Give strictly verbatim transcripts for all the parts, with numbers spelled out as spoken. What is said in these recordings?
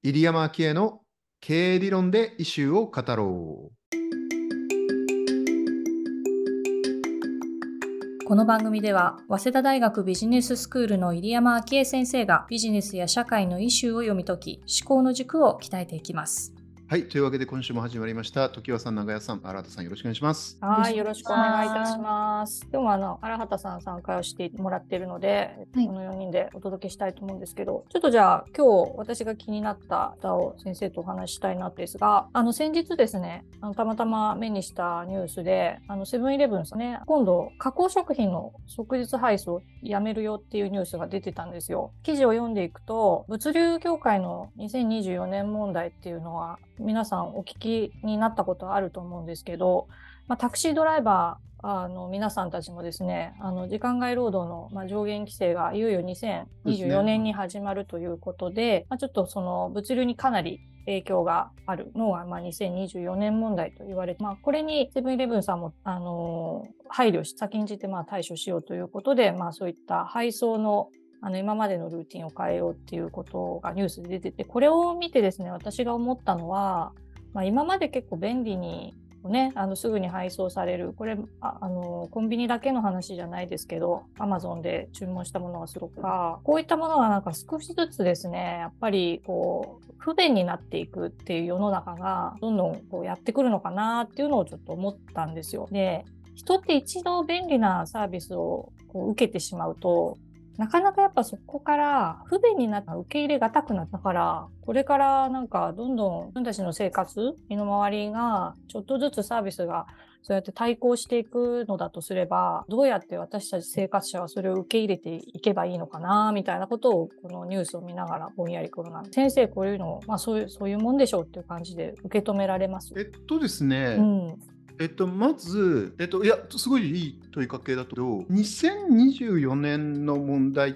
入山昭恵の経営理論でイシューを語ろう。 この番組では早稲田大学ビジネススクールの入山昭恵先生がビジネスや社会のイシューを読み解き、思考の軸を鍛えていきます。 はい、というわけで今週も始まりました。常盤さん、長谷さん、荒畑さん、よろしくお願いします。 はい、よろしくお願いいたします。でもあの荒畑さん参加をしてもらっているので、はい、このよにんでお届けしたいと思うんですけど、ちょっとじゃあ今日私が気になった方を先生とお話ししたいなってですが、あの先日ですね、あのたまたま目にしたニュースで、あのセブンイレブンさんね、今度加工食品の即日配送をやめるよっていうニュースが出てたんですよ。記事を読んでいくと、物流業界のにせんにじゅうよねん問題っていうのは皆さんお聞きになったことあると思うんですけど、まあ、タクシードライバーあの皆さんたちもですね、あの時間外労働の、まあ、上限規制がいよいよにせんにじゅうよねんに始まるということで、まあ、ちょっとその物流にかなり影響があるのが、まあ、にせんにじゅうよねん問題と言われて、まあ、これにセブンイレブンさんも、あのー、配慮し先んじてまあ対処しようということで、まあ、そういった配送のあの今までのルーティンを変えようっていうことがニュースで出てて、これを見てですね、私が思ったのは、まあ、今まで結構便利にね、あのすぐに配送される、これ あ, あのコンビニだけの話じゃないですけど、アマゾンで注文したものがすごくか、こういったものがなんか少しずつですね、やっぱりこう不便になっていくっていう世の中がどんどんこうやってくるのかなっていうのをちょっと思ったんですよ。で、人って一度便利なサービスをこう受けてしまうと、なかなかやっぱそこから不便になった受け入れがたくなったから、これからなんかどんどん自分たちの生活、身の回りがちょっとずつサービスがそうやって対抗していくのだとすれば、どうやって私たち生活者はそれを受け入れていけばいいのかなみたいなことをこのニュースを見ながらぼんやりころなんで、先生こういうの、まあそういう、そういうもんでしょうっていう感じで受け止められます？ えっとですね、 うんえっと、まず、えっと、いや、すごいいい問いかけだけど、にせんにじゅうよねんの問題って、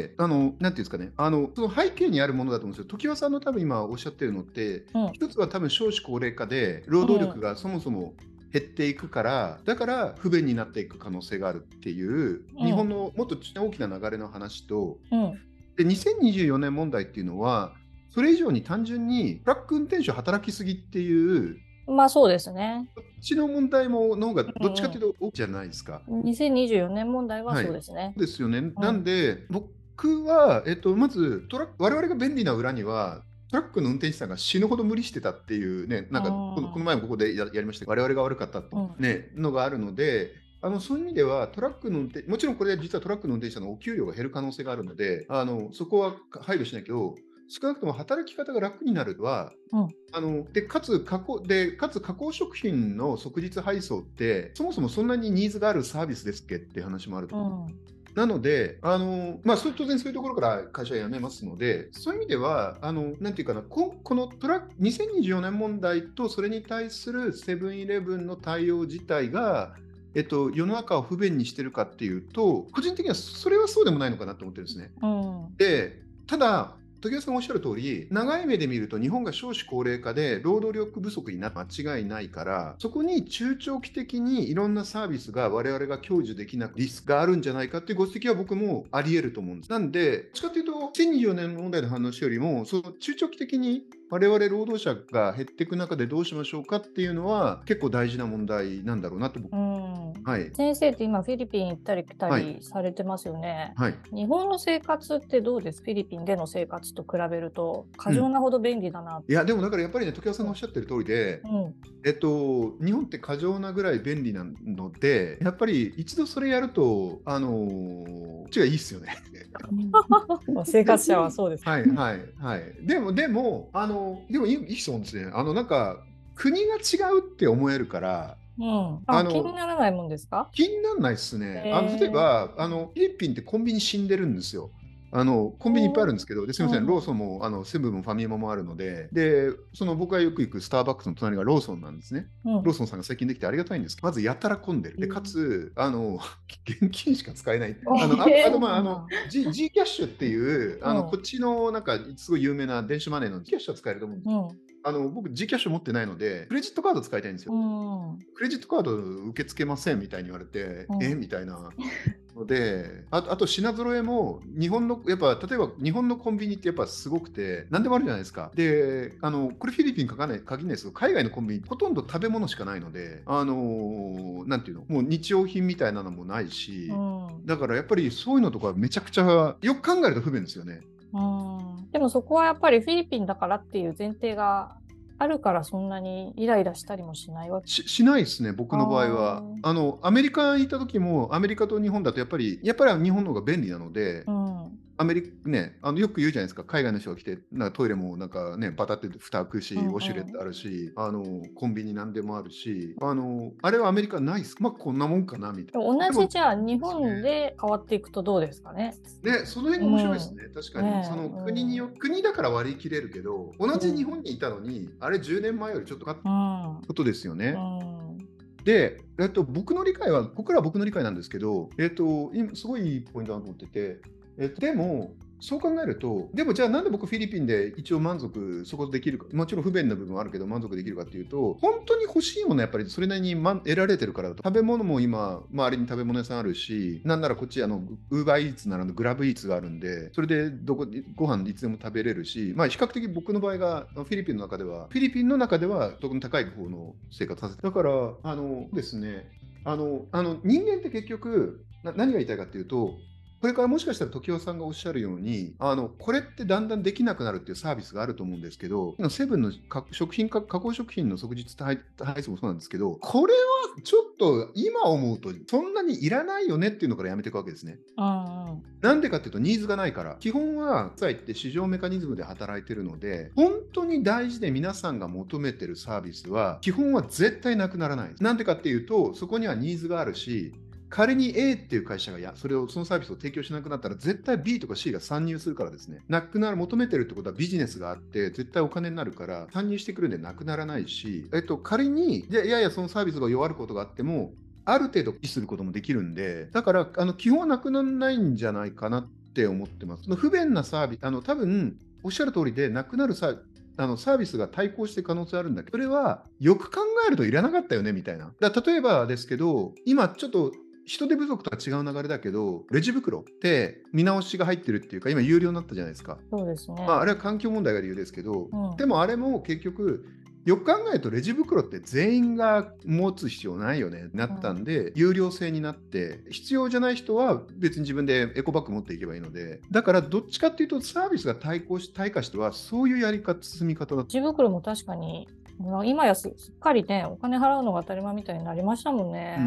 あの、なんていうんですかね、あの、その背景にあるものだと思うんですよ。常盤さんの多分今おっしゃってるのって、 うん、 一つは多分少子高齢化で、労働力がそもそも減っていくから、だから不便になっていく可能性があるっていう、 うん、 日本のもっと大きな流れの話と、 うん、 で、にせんにじゅうよねん問題っていうのは、それ以上に単純にトラック運転手働きすぎっていう、 まあそうですね。 こっちの問題もの方がどっちかというと大きいじゃないですか。 にせんにじゅうよねん問題ははい、 そうですね。 そうですよね。 うん、 なんで、僕は、えっと、まずトラック、我々が便利な裏には、トラックの運転手さんが死ぬほど無理してたっていうね、なんかこの、この前もここで や, やりましたけど、我々が悪かったって、ね、のがあるので、あのそういう意味ではトラックの運転、もちろんこれは実はトラックの運転手さんのお給料が減る可能性があるので、あのそこは配慮しないけど、少なくとも働き方が楽になるのは、うん、あのでかつ加工でかつ加工食品の即日配送ってそもそもそんなにニーズがあるサービスですっけっていう話もあると思う、うん、なのであの、まあ、それ当然そういうところから会社辞めますので、そういう意味ではあのなんていうかな、こ, このトラにせんにじゅうよねん問題とそれに対するセブンイレブンの対応自体がえっと、世の中を不便にしてるかっていうと、個人的にはそれはそうでもないのかなと思ってるんですね。うん、で、ただ常盤さんがおっしゃる通り、長い目で見ると日本が少子高齢化で労働力不足になる間違いないから、そこに中長期的にいろんnaサービスが我々が享受できなくリスクがあるんじゃないかっていうご指摘は僕もあり得ると思うんです。なんで、どっちかというとにせんにじゅうよねん問題の話よりも、その中長期的に我々労働者が減っていく中でどうしましょうかっていうのは結構大事な問題なんだろうなと僕、うん、 はい、先生って今フィリピン行ったり来たりされてますよね、 はいはい、 日本の生活ってどうです？フィリピンでの生活と比べると過剰なほど便利だな、 うん、いやでもだからやっぱりね、常盤さんがおっしゃってる通りで、うん、えっと、日本って過剰なぐらい便利なので、やっぱり一度それやるとあのこっちがいいっすよね生活者はそうです。 はいはいはい。でもでもあのでもいいいい質問ですね。あのなんか国が違うって思えるから。 うん、ああの気にならないもんですか？ 気にならないですね。あの例えばあのフィリピンってコンビニ死んでるんですよ。あのコンビニいっぱいあるんですけど、ですみません、ローソンもあのセブンもファミマもあるので、でその僕がよく行くスターバックスの隣がローソンなんですね、うん、ローソンさんが最近できてありがたいんですけど、まずやたら混んでる。でかつあの現金しか使えない。あのああとまああの G, G キャッシュっていうあの、うん、こっちのなんかすごい有名な電子マネーの G キャッシュは使えると思うんですけど、うん、 あの僕、G キャッシュ持ってないので、クレジットカード使いたいんですよ。 うん。 クレジットカード受け付けませんみたいに言われて、 うんえみたいな。ので、あと、あと品揃えも日本の、やっぱ例えば日本のコンビニってやっぱすごくて、何でもあるじゃないですか。で、あのこれフィリピン限らない限らないですけど、海外のコンビニほとんど食べ物しかないので、あのーなんていうの、もう日用品みたいなのもないし、 うんだからやっぱりそういうのとかめちゃくちゃよく考えると不便ですよね。 うんでもそこはやっぱりフィリピンだからっていう前提があるからそんなにイライラしたりもしないわけ。 し, しないですね、僕の場合は。あのアメリカにいた時も、アメリカと日本だとやっぱり、やっぱり日本の方が便利なので、 うん、 アメリカね、あのよく言うじゃないですか、海外の人が来て、なんかトイレもなんかね、バタって蓋開くし、 うんうんウォシュレットあるし、あのコンビニなんでもあるし、あのあれはアメリカないです。まあこんなもんかなみたいな。 同じじゃあ日本で変わっていくとどうですかね。 ね、その辺が面白いですね、うん、確かに、 ね、 その国によ、国だから割り切れるけど、同じ日本にいたのに、うん、あれじゅうねんまえよりちょっとかったことですよね。うんうんで、えっと、僕の理解は、ここからは僕の理解なんですけど、えっと、今すごいいいポイントだと思ってて、えっと、でも、そう考えると、でもじゃあなんで僕フィリピンで一応満足そこできるか、もちろん不便な部分はあるけど満足できるかっていうと、本当に欲しいものはやっぱりそれなりに得られてるからだと。食べ物も今周りに食べ物屋さんあるし、なんならこっちあのウーバーイーツならのグラブイーツがあるんで、それでどこご飯いつでも食べれるし、まあ比較的僕の場合がフィリピンの中ではフィリピンの中では特に高い方の生活させて、だからあのですね、あのあの人間って結局な何が言いたいかっていうと。これからもしかしたら時生さんがおっしゃるように、あのこれってだんだんできなくなるっていうサービスがあると思うんですけど、セブンの食品加工食品の即日配送もそうなんですけど、これはちょっと今思うとそんなにいらないよねっていうのからやめていくわけですね。なんでかっていうとニーズがないから。基本はさって市場メカニズムで働いてるので、本当に大事で皆さんが求めてるサービスは基本は絶対なくならない。なんでかっていうと、そこにはニーズがあるし、仮に A っていう会社がやそれをそのサービスを提供しなくなったら絶対 B とか C が参入するからですね。なくなる求めてるってことはビジネスがあって絶対お金になるから参入してくるんでなくならないし、えっと仮にいやいやそのサービスが弱ることがあってもある程度維持することもできるんで、だからあの基本はなくならないんじゃないかなって思ってます。不便なサービス、あの多分おっしゃる通りでなくなるサービスあのサービスが対抗して可能性あるんだけど、それはよく考えるといらなかったよねみたいな。だ例えばですけど、今ちょっと人手不足とは違う流れだけど、レジ袋って見直しが入ってるっていうか、今有料になったじゃないですか。 そうですね。 まあ、あれは環境問題が理由ですけど、 うん、 でもあれも結局、よく考えるとレジ袋って全員が持つ必要ないよねなったんで、うん、有料制になって必要じゃない人は別に自分でエコバッグ持っていけばいいので、だからどっちかっていうとサービスが対抗し対価してはそういうやり方進み方だ。 レジ袋も確かに今や す, すっかりねお金払うのが当たり前みたいになりましたもんね、うん、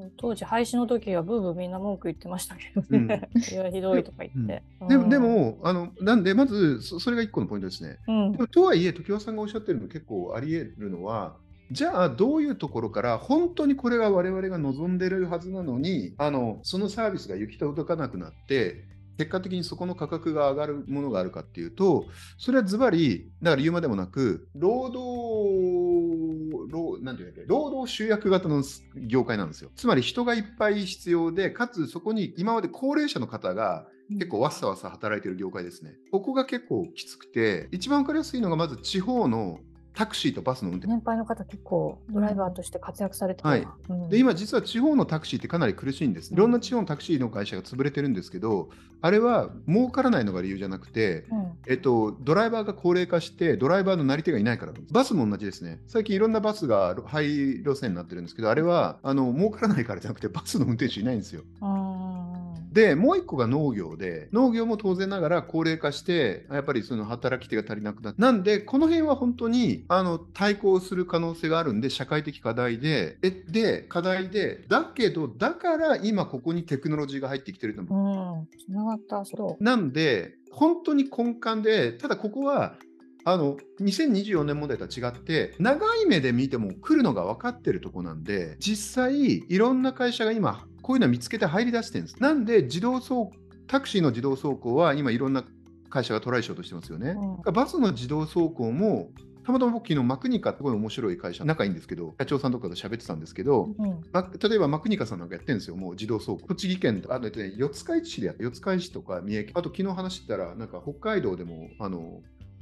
当時廃止の時はブーブーみんな文句言ってましたけどね、うん、いやひどいとか言って、 うん、でもでもあのなんでまず そ, それが一個のポイントですね、うん、でもとはいえ常盤さんがおっしゃってるの結構あり得るのは、じゃあどういうところから本当にこれが我々が望んでるはずなのに、あのそのサービスが行き届かなくなって結果的にそこの価格が上がるものがあるかっていうと、それはズバリだから言うまでもなく労働労なんていうんだっけ労働集約型の業界なんですよ。つまり人がいっぱい必要で、かつそこに今まで高齢者の方が結構わっさわっさ働いてる業界ですね。ここが結構きつくて、一番わかりやすいのがまず地方のタクシーとバスの運転。 年配の方結構ドライバーとして活躍されてて、 はいうん、で今実は地方のタクシーってかなり苦しいんです。いろんな地方のタクシーの会社が潰れてるんですけど、あれは儲からないのが理由じゃなくて、うんえっと、ドライバーが高齢化してドライバーのなり手がいないからです。バスも同じですね。最近いろんなバスが廃路線になってるんですけど、あれはあの儲からないからじゃなくてバスの運転手いないんですよ。でもう一個が農業で、農業も当然ながら高齢化してやっぱりその働き手が足りなくなって、なんでこの辺は本当にあの対抗する可能性があるんで、社会的課題でえで課題でだけどだから今ここにテクノロジーが入ってきてると思う。 うん、つながったそうなんで本当に根幹で、ただここはあのにせんにじゅうよねん問題とは違って長い目で見ても来るのが分かってるとこなんで、実際いろんな会社が今こういうのを見つけて入り出してるんです。なんで自動走タクシーの自動走行は今いろんな会社がトライしようとしてますよね、うん、バスの自動走行もたまたま僕昨日マクニカってすごい面白い会社、仲いいんですけど社長さんとかと喋ってたんですけど、うんま、例えばマクニカさんなんかやってるんですよ。もう自動走行栃木県とかあの、ね、四日市市でやって、四日市とか三重県、あと昨日話してたらなんか北海道でもあの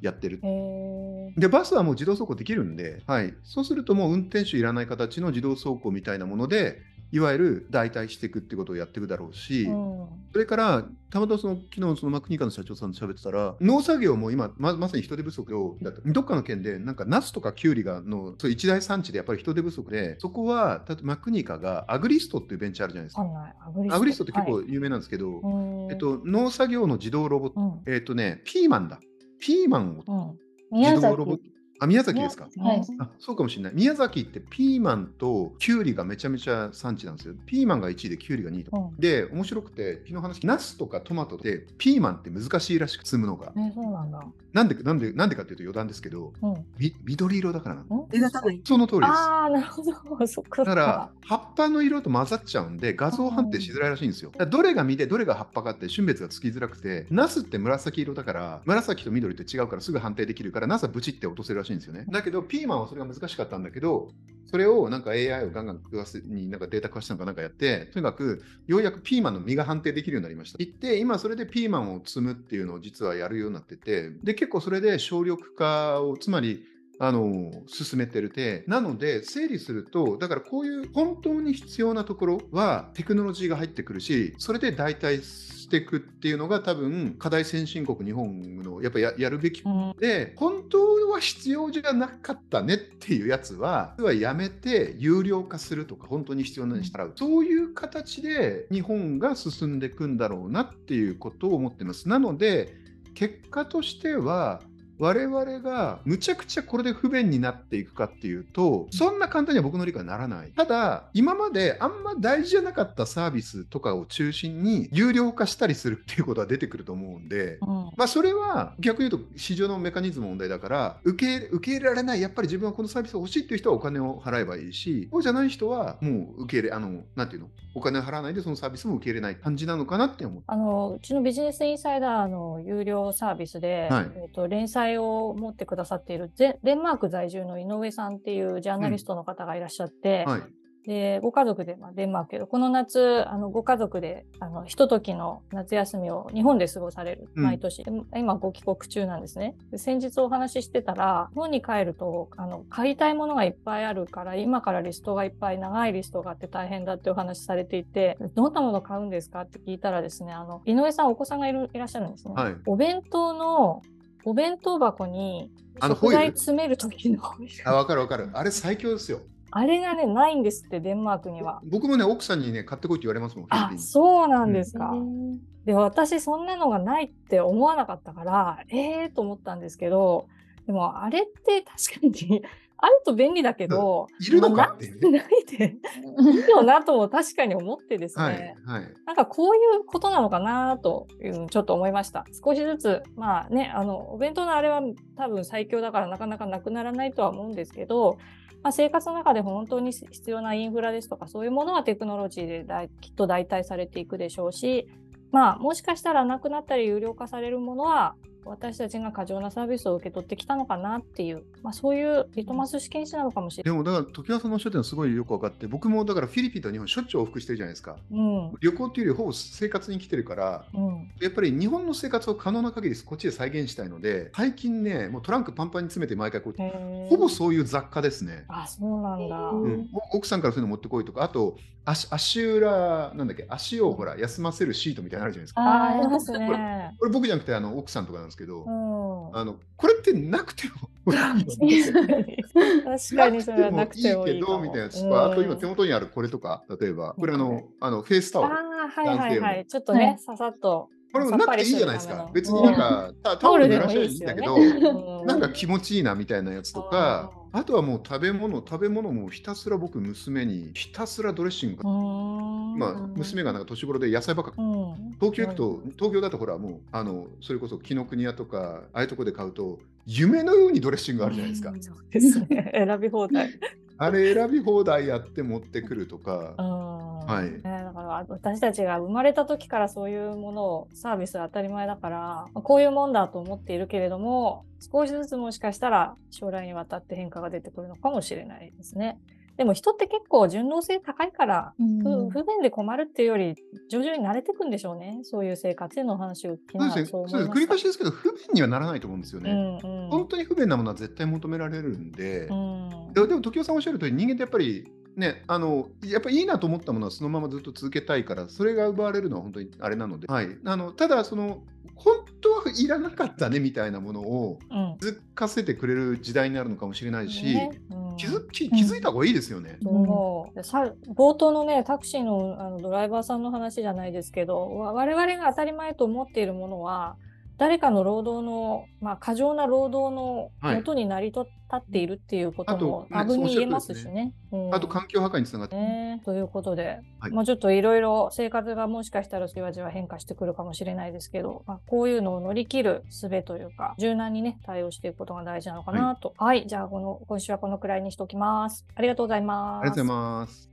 やってる。 へで、バスはもう自動走行できるんで、はい、そうするともう運転手いらない形の自動走行みたいなもので、いわゆる代替していくってことをやっていくだろうし、 うん、 それからたまたまその昨日そのマクニカの社長さんと喋ってたら、農作業も今 ま, まさに人手不足をだってどっかの県でなんかナスとかキュウリがのそう一大産地でやっぱり人手不足で、そこは例えばマクニカがアグリストっていうベンチャーあるじゃないですか。 アグリスト、 アグリストって結構有名なんですけど、 はい、 えっと、農作業の自動ロボット、うん、えっとねピーマンだピーマンを自動ロボット、あ、宮崎ですか、 はい、 あ、そうかもしれない。宮崎ってピーマンとキュウリがめちゃめちゃ産地なんですよ。ピーマンがいちいでキュウリがにいと、うん、で面白くて昨日話ナスとかトマトでピーマンって難しいらしく積むのが、 え、そうなんだ。 なんでなんでなんでかっていうと余談ですけど、うん、み緑色だからなんだ。その通りです。 ああ、なるほど。そっか。 だから葉っぱの色と混ざっちゃうんで画像判定しづらいらしいんですよ。だからどれが実でどれが葉っぱかって種別がつきづらくて、ナスって紫色だから紫と緑って違うからすぐ判定できるからナスはブチって落とせるらしいんですよね。だけどピーマンはそれが難しかったんだけど、それをなんか エーアイ をガンガン食わせになんかデータ化したのかなんかやって、とにかくようやくピーマンの実が判定できるようになりました。言って今それでピーマンを積むっていうのを実はやるようになってて、で結構それで省力化をつまりあの進めてるて、なので整理すると、だからこういう本当に必要なところはテクノロジーが入ってくるし、それで代替していくっていうのが多分課題先進国日本のやっぱ や, やるべきで、本当は必要じゃなかったねっていうやつはやめて有料化するとか、本当に必要なのにしたら、うん、そういう形で日本が進んでいくんだろうなっていうことを思ってます。なので結果としては我々がむちゃくちゃこれで不便になっていくかっていうと、そんな簡単には僕の理解にならない。ただ今まであんま大事じゃなかったサービスとかを中心に有料化したりするっていうことは出てくると思うんで、うん、まあそれは逆に言うと市場のメカニズムの問題だから、受け、受け入れられない、やっぱり自分はこのサービスが欲しいっていう人はお金を払えばいいし、そうじゃない人はもう受け入れ、あのなんていうの、お金を払わないでそのサービスも受け入れない感じなのかなって思う。 あのうちのビジネスインサイダーの有料サービスで、はい、えーと連載を持ってくださっているデンマーク在住の井上さんっていうジャーナリストの方がいらっしゃって、うん、はい、でご家族で、まあ、デンマークけどこの夏あのご家族であのひとときの夏休みを日本で過ごされる、毎年、うん、今ご帰国中なんですね。で先日お話ししてたら、日本に帰るとあの買いたいものがいっぱいあるから今からリストがいっぱい長いリストがあって大変だってお話しされていて、どんなもの買うんですかって聞いたらですね、あの井上さんお子さんがいるいらっしゃるんですね、はい、お弁当のお弁当箱に食材詰める時のあ、わかるわかる、あれ最強ですよ。 あれがねないんですって、デンマークには。 僕もね奥さんにね買ってこいって言われますもん。 あ、そうなんですか、うん、で私そんなのがないって思わなかったからえーと思ったんですけど、でもあれって確かにあると便利だけど、 うん、いるのかってね、 ないでいいよなとも確かに思ってですね、はいはい、なんかこういうことなのかなというちょっと思いました。少しずつまあね、あのお弁当のあれは多分最強だからなかなかなくならないとは思うんですけど、まあ、生活の中で本当に必要なインフラですとかそういうものはテクノロジーでだいきっと代替されていくでしょうし、まあもしかしたらなくなったり有料化されるものは私たちが過剰なサービスを受け取ってきたのかなっていう、まあ、そういうリトマス試験紙なのかもしれない。 でもだから常盤さんのおっしゃってるのはすごいよく分かって、僕もだからフィリピンと日本しょっちゅう往復してるじゃないですか、うん、旅行っていうよりほぼ生活に来てるから、うん、やっぱり日本の生活を可能な限りこっちで再現したいので、最近ねもうトランクパンパンに詰めて毎回こうほぼそういう雑貨ですね。 あ、そうなんだ、 うん、奥さんからそういうの持ってこいとか、あと 足, 足裏なんだっけ、足をほら休ませるシートみたいなのあるじゃないですか。 あ、ありますね。 これ僕じゃなくてあの奥さんとかなんですけど、うん、あのこれってなくても確かにそれはなくてもいいけどみたいな。あと今手元にあるこれとか、例えばこれあのあのフェイスタオル、 あ、はいはいはい、ちょっとね、ささっとこれもなくていいじゃないですか。別になんかタオル濡らしゃいいんだけど、なんか気持ちいいなみたいなやつとか、あとはもう食べ物食べ物もひたすら僕娘にひたすらドレッシング、まあ娘がなんか年頃で野菜ばっか、東京行くと東京だとほらもうあのそれこそ紀ノ国屋とかああいうとこで買うと夢のようにドレッシングあるじゃないですか。 そうですね、選び放題。 あれ選び放題やって持ってくるとか、はい、 だから私たちが生まれた時からそういうものをサービスは当たり前だからこういうもんだと思っているけれども、少しずつもしかしたら将来にわたって変化が出てくるのかもしれないですね。 でも人って結構順応性高いから、 うん、 不不便で困るっていうより徐々に慣れていくんでしょうね。そういう生活の話を聞きそうですね。 ながらそうそうです。 思いました。 繰り返しですけど、不便にはならないと思うんですよね。 うんうん本当に不便なものは絶対求められるんで、 うん。 ででも時生さんおっしゃる通り、人間ってやっぱりね、あの、やっぱいいなと思ったものはそのままずっと続けたいから、それが奪われるのは本当にあれなので、はい。あの、ただその、本当はいらなかったねみたいなものをうん気づかせてくれる時代になるのかもしれないし、 ねうん気づき気づいた方がいいですよね。 そう思うでさ冒頭のねタクシーの、あのドライバーさんの話じゃないですけどわ我々が当たり前と思っているものは誰かの労働の、まあ、過剰な労働のはい。 元に成り立っているっていうことあと、 も多ね、そうおっしゃ分に言えまるとですね。 すしね。うんあと環境破壊につながって、 ねということで、 はい。 まあ、ちょっといろいろ生活がもしかしたらじわじわ変化してくるかもしれないですけど、まあ、こういうのを乗り切る術というか柔軟にね対応していくことが大事なのかはい。 なと。はい、じゃあこの今週はこのくらいにしておきます。ありがとうございありがとうございます。 ます。